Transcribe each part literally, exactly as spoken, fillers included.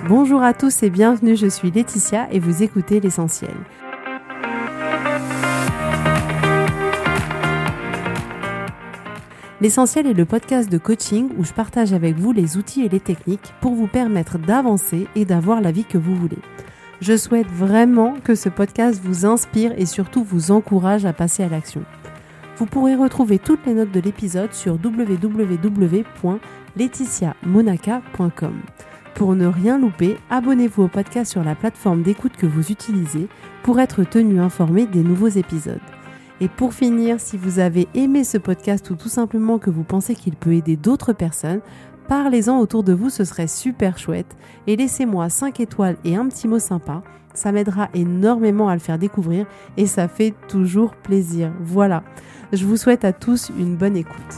Bonjour à tous et bienvenue, je suis Laetitia et vous écoutez L'Essentiel. L'Essentiel est le podcast de coaching où je partage avec vous les outils et les techniques pour vous permettre d'avancer et d'avoir la vie que vous voulez. Je souhaite vraiment que ce podcast vous inspire et surtout vous encourage à passer à l'action. Vous pourrez retrouver toutes les notes de l'épisode sur w w w point laetitia monaca point com. Pour ne rien louper, abonnez-vous au podcast sur la plateforme d'écoute que vous utilisez pour être tenu informé des nouveaux épisodes. Et pour finir, si vous avez aimé ce podcast ou tout simplement que vous pensez qu'il peut aider d'autres personnes, parlez-en autour de vous, ce serait super chouette. Et laissez-moi cinq étoiles et un petit mot sympa, ça m'aidera énormément à le faire découvrir et ça fait toujours plaisir. Voilà, je vous souhaite à tous une bonne écoute.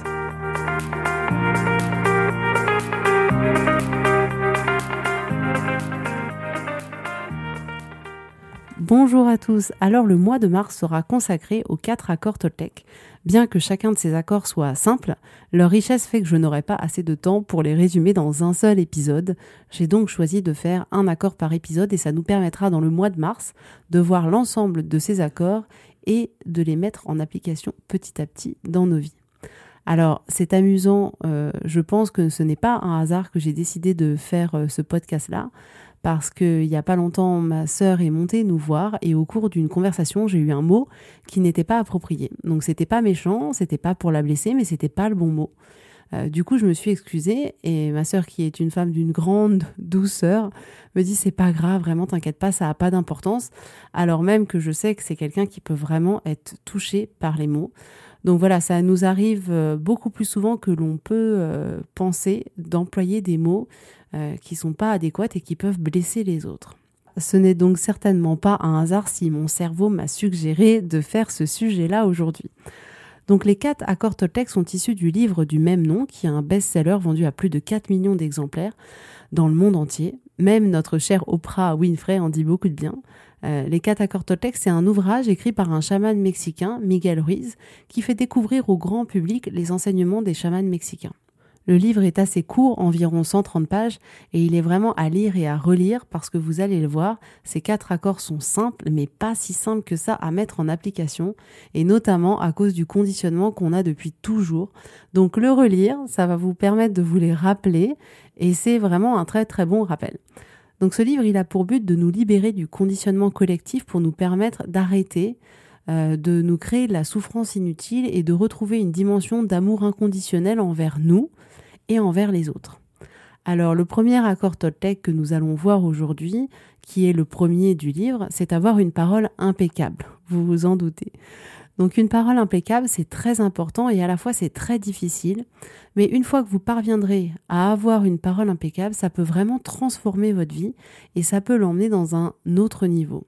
Bonjour à tous, alors le mois de mars sera consacré aux quatre accords Toltec. Bien que chacun de ces accords soit simple, leur richesse fait que je n'aurai pas assez de temps pour les résumer dans un seul épisode. J'ai donc choisi de faire un accord par épisode et ça nous permettra dans le mois de mars de voir l'ensemble de ces accords et de les mettre en application petit à petit dans nos vies. Alors c'est amusant, euh, je pense que ce n'est pas un hasard que j'ai décidé de faire euh, ce podcast-là. Parce qu'il n'y a pas longtemps, ma sœur est montée nous voir et au cours d'une conversation, j'ai eu un mot qui n'était pas approprié. Donc c'était pas méchant, c'était pas pour la blesser, mais c'était pas le bon mot. Euh, du coup, je me suis excusée et ma sœur, qui est une femme d'une grande douceur, me dit c'est pas grave, vraiment t'inquiète pas, ça a pas d'importance. Alors même que je sais que c'est quelqu'un qui peut vraiment être touché par les mots. Donc voilà, ça nous arrive beaucoup plus souvent que l'on peut euh, penser d'employer des mots euh, qui ne sont pas adéquats et qui peuvent blesser les autres. Ce n'est donc certainement pas un hasard si mon cerveau m'a suggéré de faire ce sujet-là aujourd'hui. Donc les quatre accords Toltec sont issus du livre du même nom, qui est un best-seller vendu à plus de quatre millions d'exemplaires dans le monde entier. Même notre chère Oprah Winfrey en dit beaucoup de bien. Euh, les quatre accords Toltec, c'est un ouvrage écrit par un chaman mexicain, Miguel Ruiz, qui fait découvrir au grand public les enseignements des chamans mexicains. Le livre est assez court, environ cent trente pages, et il est vraiment à lire et à relire parce que vous allez le voir, ces quatre accords sont simples, mais pas si simples que ça à mettre en application, et notamment à cause du conditionnement qu'on a depuis toujours. Donc le relire, ça va vous permettre de vous les rappeler, et c'est vraiment un très très bon rappel. Donc ce livre, il a pour but de nous libérer du conditionnement collectif pour nous permettre d'arrêter, euh, de nous créer de la souffrance inutile et de retrouver une dimension d'amour inconditionnel envers nous et envers les autres. Alors le premier accord Toltec que nous allons voir aujourd'hui, qui est le premier du livre, c'est avoir une parole impeccable, vous vous en doutez. Donc une parole impeccable, c'est très important et à la fois c'est très difficile. Mais une fois que vous parviendrez à avoir une parole impeccable, ça peut vraiment transformer votre vie et ça peut l'emmener dans un autre niveau.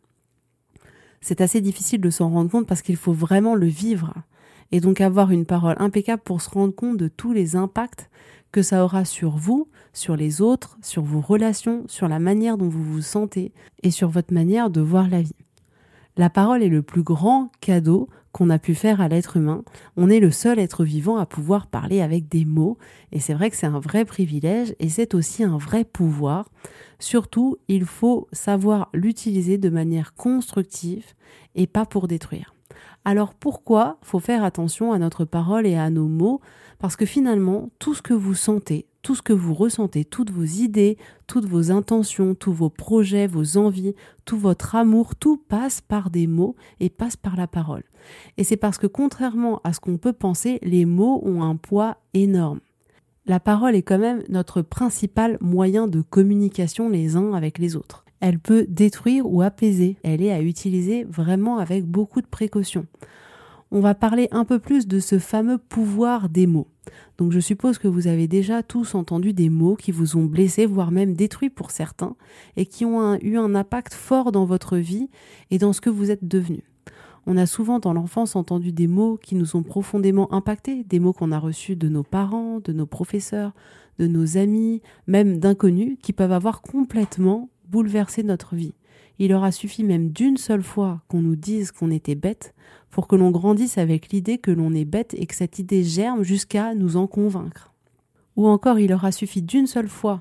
C'est assez difficile de s'en rendre compte parce qu'il faut vraiment le vivre. Et donc avoir une parole impeccable pour se rendre compte de tous les impacts que ça aura sur vous, sur les autres, sur vos relations, sur la manière dont vous vous sentez et sur votre manière de voir la vie. La parole est le plus grand cadeau qu'on a pu faire à l'être humain. On est le seul être vivant à pouvoir parler avec des mots et c'est vrai que c'est un vrai privilège et c'est aussi un vrai pouvoir. Surtout, il faut savoir l'utiliser de manière constructive et pas pour détruire. Alors pourquoi faut faire attention à notre parole et à nos mots ? Parce que finalement, tout ce que vous sentez, tout ce que vous ressentez, toutes vos idées, toutes vos intentions, tous vos projets, vos envies, tout votre amour, tout passe par des mots et passe par la parole. Et c'est parce que contrairement à ce qu'on peut penser, les mots ont un poids énorme. La parole est quand même notre principal moyen de communication les uns avec les autres. Elle peut détruire ou apaiser. Elle est à utiliser vraiment avec beaucoup de précautions. On va parler un peu plus de ce fameux pouvoir des mots. Donc je suppose que vous avez déjà tous entendu des mots qui vous ont blessé, voire même détruit pour certains, et qui ont un, eu un impact fort dans votre vie et dans ce que vous êtes devenu. On a souvent dans l'enfance entendu des mots qui nous ont profondément impactés, des mots qu'on a reçus de nos parents, de nos professeurs, de nos amis, même d'inconnus, qui peuvent avoir complètement bouleversé notre vie. Il aura suffi même d'une seule fois qu'on nous dise qu'on était bête pour que l'on grandisse avec l'idée que l'on est bête et que cette idée germe jusqu'à nous en convaincre. Ou encore, il aura suffi d'une seule fois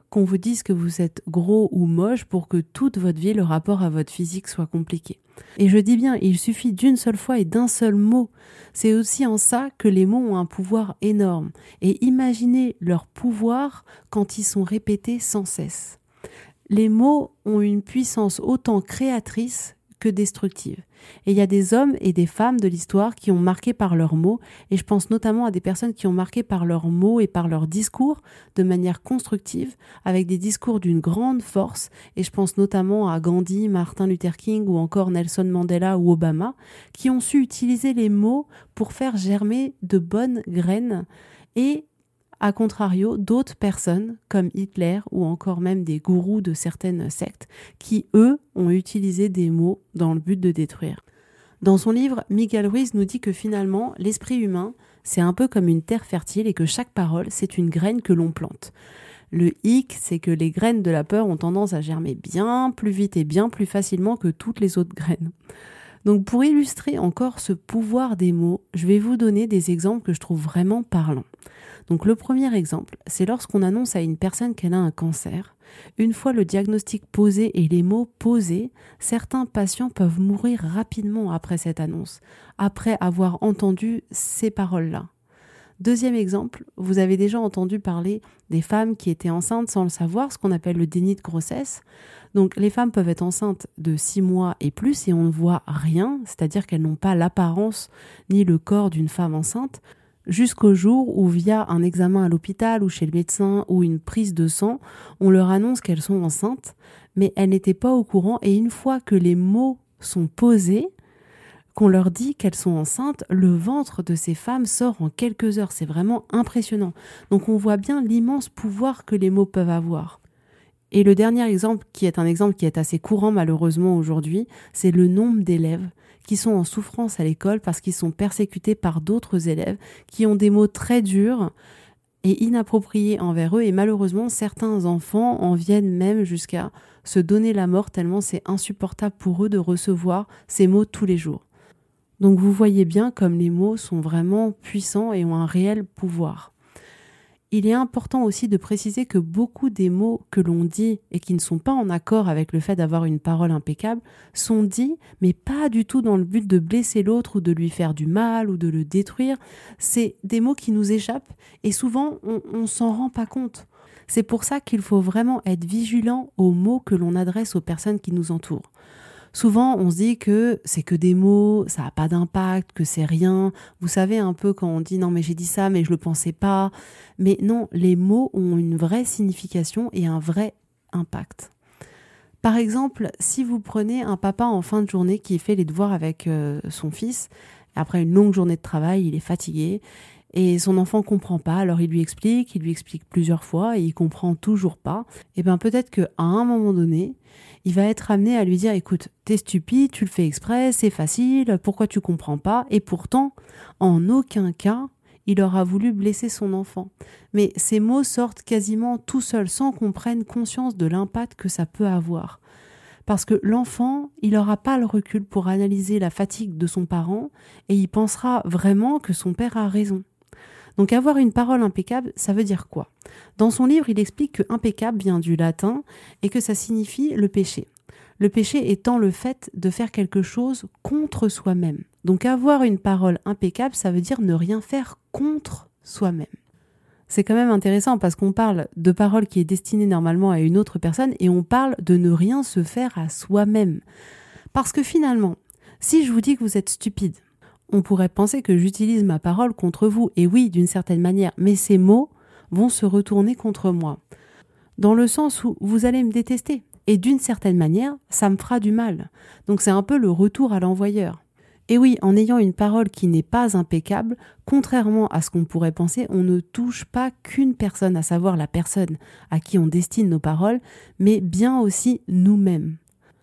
qu'on vous dise que vous êtes gros ou moche pour que toute votre vie, le rapport à votre physique soit compliqué. Et je dis bien, il suffit d'une seule fois et d'un seul mot. C'est aussi en ça que les mots ont un pouvoir énorme. Et imaginez leur pouvoir quand ils sont répétés sans cesse. Les mots ont une puissance autant créatrice que destructive. Et il y a des hommes et des femmes de l'histoire qui ont marqué par leurs mots, et je pense notamment à des personnes qui ont marqué par leurs mots et par leurs discours de manière constructive, avec des discours d'une grande force, et je pense notamment à Gandhi, Martin Luther King ou encore Nelson Mandela ou Obama, qui ont su utiliser les mots pour faire germer de bonnes graines, et a contrario, d'autres personnes, comme Hitler ou encore même des gourous de certaines sectes, qui, eux, ont utilisé des mots dans le but de détruire. Dans son livre, Miguel Ruiz nous dit que finalement, l'esprit humain, c'est un peu comme une terre fertile et que chaque parole, c'est une graine que l'on plante. Le hic, c'est que les graines de la peur ont tendance à germer bien plus vite et bien plus facilement que toutes les autres graines. Donc pour illustrer encore ce pouvoir des mots, je vais vous donner des exemples que je trouve vraiment parlants. Donc le premier exemple, c'est lorsqu'on annonce à une personne qu'elle a un cancer. Une fois le diagnostic posé et les mots posés, certains patients peuvent mourir rapidement après cette annonce, après avoir entendu ces paroles-là. Deuxième exemple, vous avez déjà entendu parler des femmes qui étaient enceintes sans le savoir, ce qu'on appelle le déni de grossesse. Donc les femmes peuvent être enceintes de six mois et plus et on ne voit rien, c'est-à-dire qu'elles n'ont pas l'apparence ni le corps d'une femme enceinte, jusqu'au jour où via un examen à l'hôpital ou chez le médecin ou une prise de sang, on leur annonce qu'elles sont enceintes, mais elles n'étaient pas au courant et une fois que les mots sont posés, qu'on leur dit qu'elles sont enceintes, le ventre de ces femmes sort en quelques heures. C'est vraiment impressionnant. Donc on voit bien l'immense pouvoir que les mots peuvent avoir. Et le dernier exemple, qui est un exemple qui est assez courant malheureusement aujourd'hui, c'est le nombre d'élèves qui sont en souffrance à l'école parce qu'ils sont persécutés par d'autres élèves qui ont des mots très durs et inappropriés envers eux. Et malheureusement, certains enfants en viennent même jusqu'à se donner la mort tellement c'est insupportable pour eux de recevoir ces mots tous les jours. Donc vous voyez bien comme les mots sont vraiment puissants et ont un réel pouvoir. Il est important aussi de préciser que beaucoup des mots que l'on dit et qui ne sont pas en accord avec le fait d'avoir une parole impeccable sont dits, mais pas du tout dans le but de blesser l'autre ou de lui faire du mal ou de le détruire. C'est des mots qui nous échappent et souvent on ne s'en rend pas compte. C'est pour ça qu'il faut vraiment être vigilant aux mots que l'on adresse aux personnes qui nous entourent. Souvent, on se dit que c'est que des mots, ça n'a pas d'impact, que c'est rien. Vous savez un peu quand on dit « non mais j'ai dit ça mais je le pensais pas ». Mais non, les mots ont une vraie signification et un vrai impact. Par exemple, si vous prenez un papa en fin de journée qui fait les devoirs avec euh, son fils, après une longue journée de travail, il est fatigué et son enfant comprend pas, alors il lui explique, il lui explique plusieurs fois et il comprend toujours pas. Et bien peut-être qu'à un moment donné, il va être amené à lui dire « écoute, t'es stupide, tu le fais exprès, c'est facile, pourquoi tu comprends pas ?» Et pourtant, en aucun cas, il aura voulu blesser son enfant. Mais ces mots sortent quasiment tout seuls, sans qu'on prenne conscience de l'impact que ça peut avoir. Parce que l'enfant, il n'aura pas le recul pour analyser la fatigue de son parent et il pensera vraiment que son père a raison. Donc avoir une parole impeccable, ça veut dire quoi ? Dans son livre, il explique que impeccable vient du latin et que ça signifie le péché. Le péché étant le fait de faire quelque chose contre soi-même. Donc avoir une parole impeccable, ça veut dire ne rien faire contre soi-même. C'est quand même intéressant parce qu'on parle de parole qui est destinée normalement à une autre personne et on parle de ne rien se faire à soi-même. Parce que finalement, si je vous dis que vous êtes stupide, on pourrait penser que j'utilise ma parole contre vous. Et oui, d'une certaine manière, mais ces mots vont se retourner contre moi. Dans le sens où vous allez me détester. Et d'une certaine manière, ça me fera du mal. Donc c'est un peu le retour à l'envoyeur. Et oui, en ayant une parole qui n'est pas impeccable, contrairement à ce qu'on pourrait penser, on ne touche pas qu'une personne, à savoir la personne à qui on destine nos paroles, mais bien aussi nous-mêmes.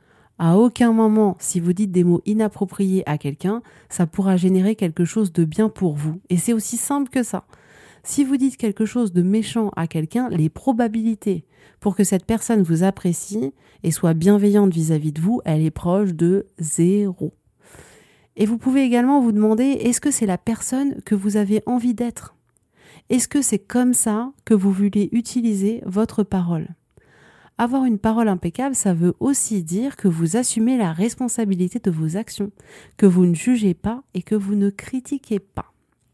À aucun moment, si vous dites des mots inappropriés à quelqu'un, ça pourra générer quelque chose de bien pour vous. Et c'est aussi simple que ça. Si vous dites quelque chose de méchant à quelqu'un, les probabilités pour que cette personne vous apprécie et soit bienveillante vis-à-vis de vous, elle est proche de zéro. Et vous pouvez également vous demander, est-ce que c'est la personne que vous avez envie d'être ? Est-ce que c'est comme ça que vous voulez utiliser votre parole ? Avoir une parole impeccable, ça veut aussi dire que vous assumez la responsabilité de vos actions, que vous ne jugez pas et que vous ne critiquez pas.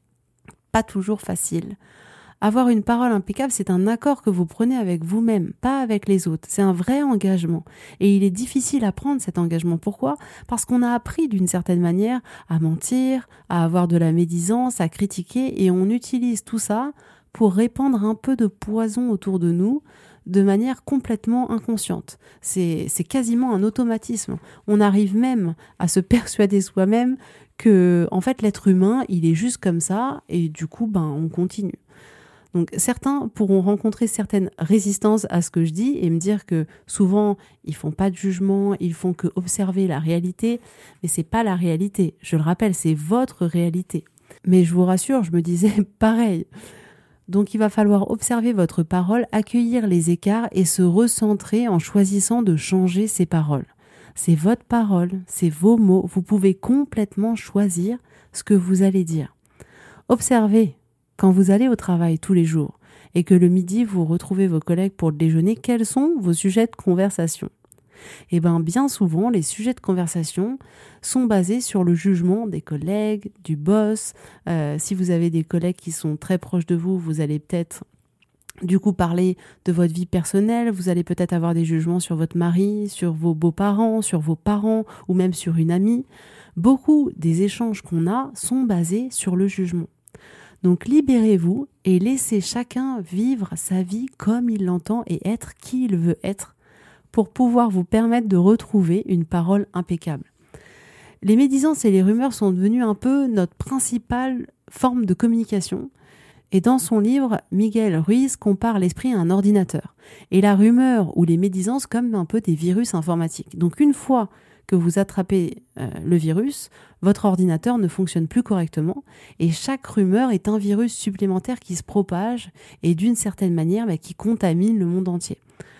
Pas toujours facile. Avoir une parole impeccable, c'est un accord que vous prenez avec vous-même, pas avec les autres. C'est un vrai engagement. Et il est difficile à prendre cet engagement. Pourquoi ? Parce qu'on a appris d'une certaine manière à mentir, à avoir de la médisance, à critiquer, et on utilise tout ça pour répandre un peu de poison autour de nous, de manière complètement inconsciente. C'est, c'est quasiment un automatisme. On arrive même à se persuader soi-même que, en fait, l'être humain, il est juste comme ça, et du coup, ben, on continue. Donc certains pourront rencontrer certaines résistances à ce que je dis et me dire que souvent ils font pas de jugement, ils font que observer la réalité, mais c'est pas la réalité. Je le rappelle, c'est votre réalité. Mais je vous rassure, je me disais pareil. Donc il va falloir observer votre parole, accueillir les écarts et se recentrer en choisissant de changer ses paroles. C'est votre parole, c'est vos mots, vous pouvez complètement choisir ce que vous allez dire. Observez. Quand vous allez au travail tous les jours et que le midi vous retrouvez vos collègues pour le déjeuner, quels sont vos sujets de conversation ? Eh bien, bien souvent, les sujets de conversation sont basés sur le jugement des collègues, du boss. Euh, si vous avez des collègues qui sont très proches de vous, vous allez peut-être du coup parler de votre vie personnelle. Vous allez peut-être avoir des jugements sur votre mari, sur vos beaux-parents, sur vos parents ou même sur une amie. Beaucoup des échanges qu'on a sont basés sur le jugement. Donc libérez-vous et laissez chacun vivre sa vie comme il l'entend et être qui il veut être pour pouvoir vous permettre de retrouver une parole impeccable. Les médisances et les rumeurs sont devenues un peu notre principale forme de communication. Et dans son livre, Miguel Ruiz compare l'esprit à un ordinateur et la rumeur ou les médisances comme un peu des virus informatiques. Donc une fois que vous attrapez euh, le virus, votre ordinateur ne fonctionne plus correctement et chaque rumeur est un virus supplémentaire qui se propage et d'une certaine manière bah, qui contamine le monde entier.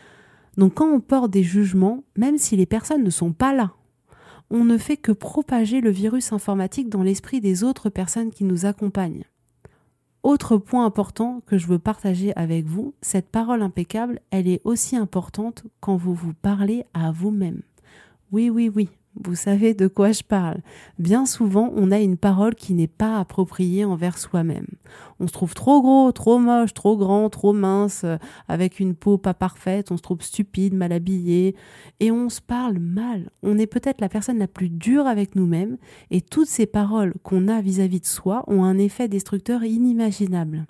Donc quand on porte des jugements, même si les personnes ne sont pas là, on ne fait que propager le virus informatique dans l'esprit des autres personnes qui nous accompagnent. Autre point important que je veux partager avec vous, cette parole impeccable, elle est aussi importante quand vous vous parlez à vous-même. Oui, oui, oui, vous savez de quoi je parle. Bien souvent, on a une parole qui n'est pas appropriée envers soi-même. On se trouve trop gros, trop moche, trop grand, trop mince, avec une peau pas parfaite, on se trouve stupide, mal habillé, et on se parle mal. On est peut-être la personne la plus dure avec nous-mêmes, et toutes ces paroles qu'on a vis-à-vis de soi ont un effet destructeur inimaginable.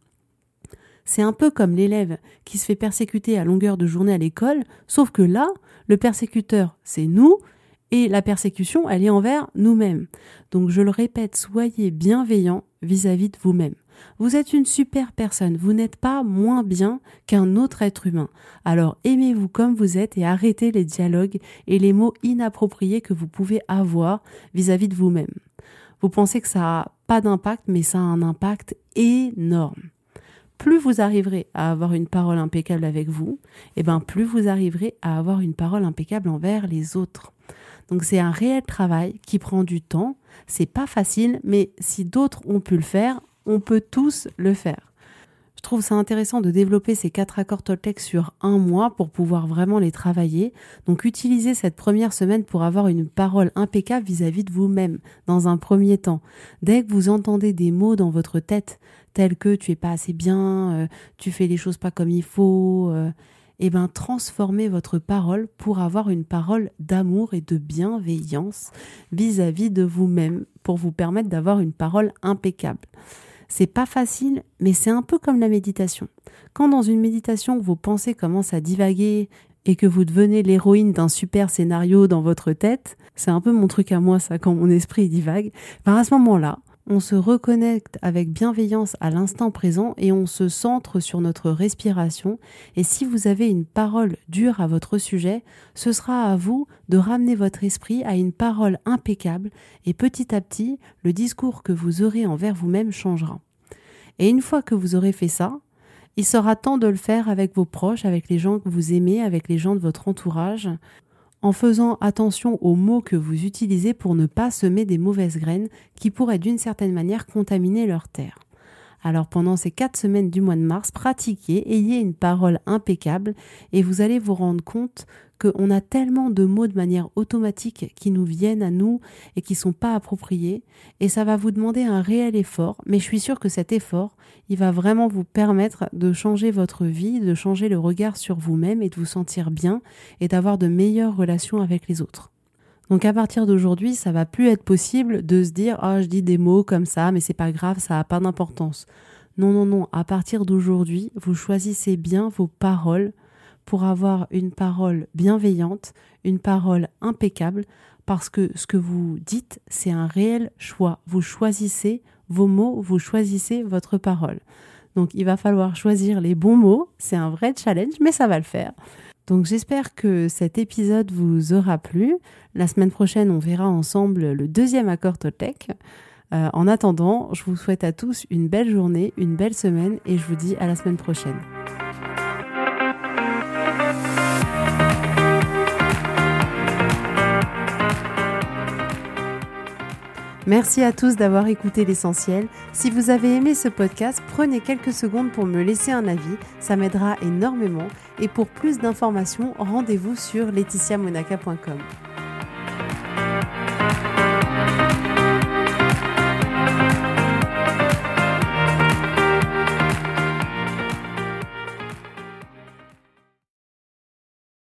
C'est un peu comme l'élève qui se fait persécuter à longueur de journée à l'école, sauf que là, le persécuteur, c'est nous, et la persécution, elle est envers nous-mêmes. Donc je le répète, soyez bienveillants vis-à-vis de vous-même. Vous êtes une super personne, vous n'êtes pas moins bien qu'un autre être humain. Alors aimez-vous comme vous êtes et arrêtez les dialogues et les mots inappropriés que vous pouvez avoir vis-à-vis de vous-même. Vous pensez que ça n'a pas d'impact, mais ça a un impact énorme. Plus vous arriverez à avoir une parole impeccable avec vous, et ben plus vous arriverez à avoir une parole impeccable envers les autres. Donc c'est un réel travail qui prend du temps, c'est pas facile, mais si d'autres ont pu le faire, on peut tous le faire. Je trouve ça intéressant de développer ces quatre accords Toltec sur un mois pour pouvoir vraiment les travailler. Donc utilisez cette première semaine pour avoir une parole impeccable vis-à-vis de vous-même, dans un premier temps. Dès que vous entendez des mots dans votre tête, tels que tu es pas assez bien, euh, tu fais les choses pas comme il faut, euh, eh ben transformez votre parole pour avoir une parole d'amour et de bienveillance vis-à-vis de vous-même, pour vous permettre d'avoir une parole impeccable. C'est pas facile, mais c'est un peu comme la méditation. Quand dans une méditation, vos pensées commencent à divaguer et que vous devenez l'héroïne d'un super scénario dans votre tête, c'est un peu mon truc à moi ça, quand mon esprit divague, ben à ce moment-là, on se reconnecte avec bienveillance à l'instant présent et on se centre sur notre respiration. Et si vous avez une parole dure à votre sujet, ce sera à vous de ramener votre esprit à une parole impeccable et petit à petit, le discours que vous aurez envers vous-même changera. Et une fois que vous aurez fait ça, il sera temps de le faire avec vos proches, avec les gens que vous aimez, avec les gens de votre entourage, en faisant attention aux mots que vous utilisez pour ne pas semer des mauvaises graines qui pourraient d'une certaine manière contaminer leur terre. Alors pendant ces quatre semaines du mois de mars, pratiquez, ayez une parole impeccable et vous allez vous rendre compte qu'on a tellement de mots de manière automatique qui nous viennent à nous et qui ne sont pas appropriés. Et ça va vous demander un réel effort, mais je suis sûre que cet effort, il va vraiment vous permettre de changer votre vie, de changer le regard sur vous-même et de vous sentir bien et d'avoir de meilleures relations avec les autres. Donc à partir d'aujourd'hui, ça va plus être possible de se dire « Oh, je dis des mots comme ça, mais c'est pas grave, ça n'a pas d'importance. » Non, non, non. À partir d'aujourd'hui, vous choisissez bien vos paroles pour avoir une parole bienveillante, une parole impeccable, parce que ce que vous dites, c'est un réel choix. Vous choisissez vos mots, vous choisissez votre parole. Donc il va falloir choisir les bons mots. C'est un vrai challenge, mais ça va le faire. Donc j'espère que cet épisode vous aura plu. La semaine prochaine, on verra ensemble le deuxième accord Toltec. Euh, en attendant, je vous souhaite à tous une belle journée, une belle semaine et je vous dis à la semaine prochaine. Merci à tous d'avoir écouté l'essentiel. Si vous avez aimé ce podcast, prenez quelques secondes pour me laisser un avis, ça m'aidera énormément. Et pour plus d'informations, rendez-vous sur laetitia monaca point com.